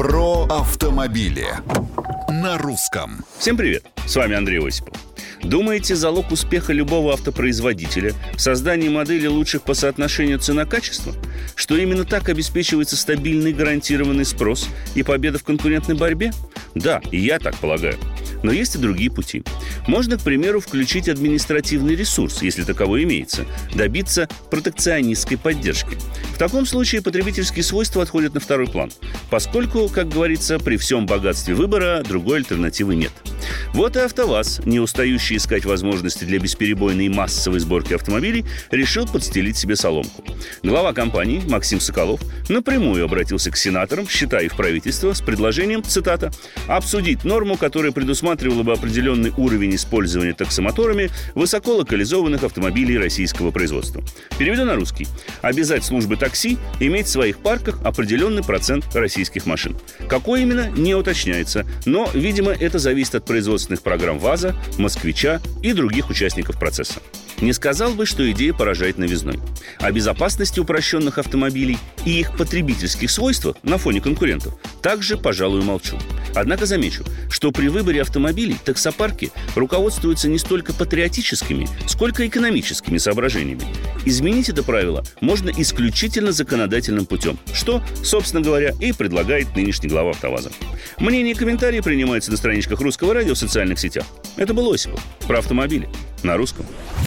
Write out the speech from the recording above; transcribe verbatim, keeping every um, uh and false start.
Про автомобили на русском. Всем привет, с вами Андрей Осипов. Думаете, залог успеха любого автопроизводителя в создании модели лучших по соотношению цена-качество? Что именно так обеспечивается стабильный гарантированный спрос и победа в конкурентной борьбе? Да, и я так полагаю. Но есть и другие пути. Можно, к примеру, включить административный ресурс, если таковой имеется, добиться протекционистской поддержки. В таком случае потребительские свойства отходят на второй план, поскольку, как говорится, при всем богатстве выбора другой альтернативы нет. Вот и АвтоВАЗ, не устающий искать возможности для бесперебойной массовой сборки автомобилей, решил подстелить себе соломку. Глава компании Максим Соколов напрямую обратился к сенаторам, считая их правительство, с предложением, цитата, «обсудить норму, которая предусматривала бы определенный уровень использования таксомоторами высоколокализованных автомобилей российского производства». Переведу на русский. Обязать службы такси иметь в своих парках определенный процент российских машин. Какой именно, не уточняется, но, видимо, это зависит от производственных программ ВАЗа, Москвича и других участников процесса. Не сказал бы, что идея поражает новизной. О безопасности упрощенных автомобилей и их потребительских свойствах на фоне конкурентов также, пожалуй, молчу. Однако замечу, что при выборе автомобилей таксопарки руководствуются не столько патриотическими, сколько экономическими соображениями. Изменить это правило можно исключительно законодательным путем, что, собственно говоря, и предлагает нынешний глава АвтоВАЗа. Мнения и комментарии принимаются на страничках Русского радио в социальных сетях. Это был Осипов про автомобили на русском.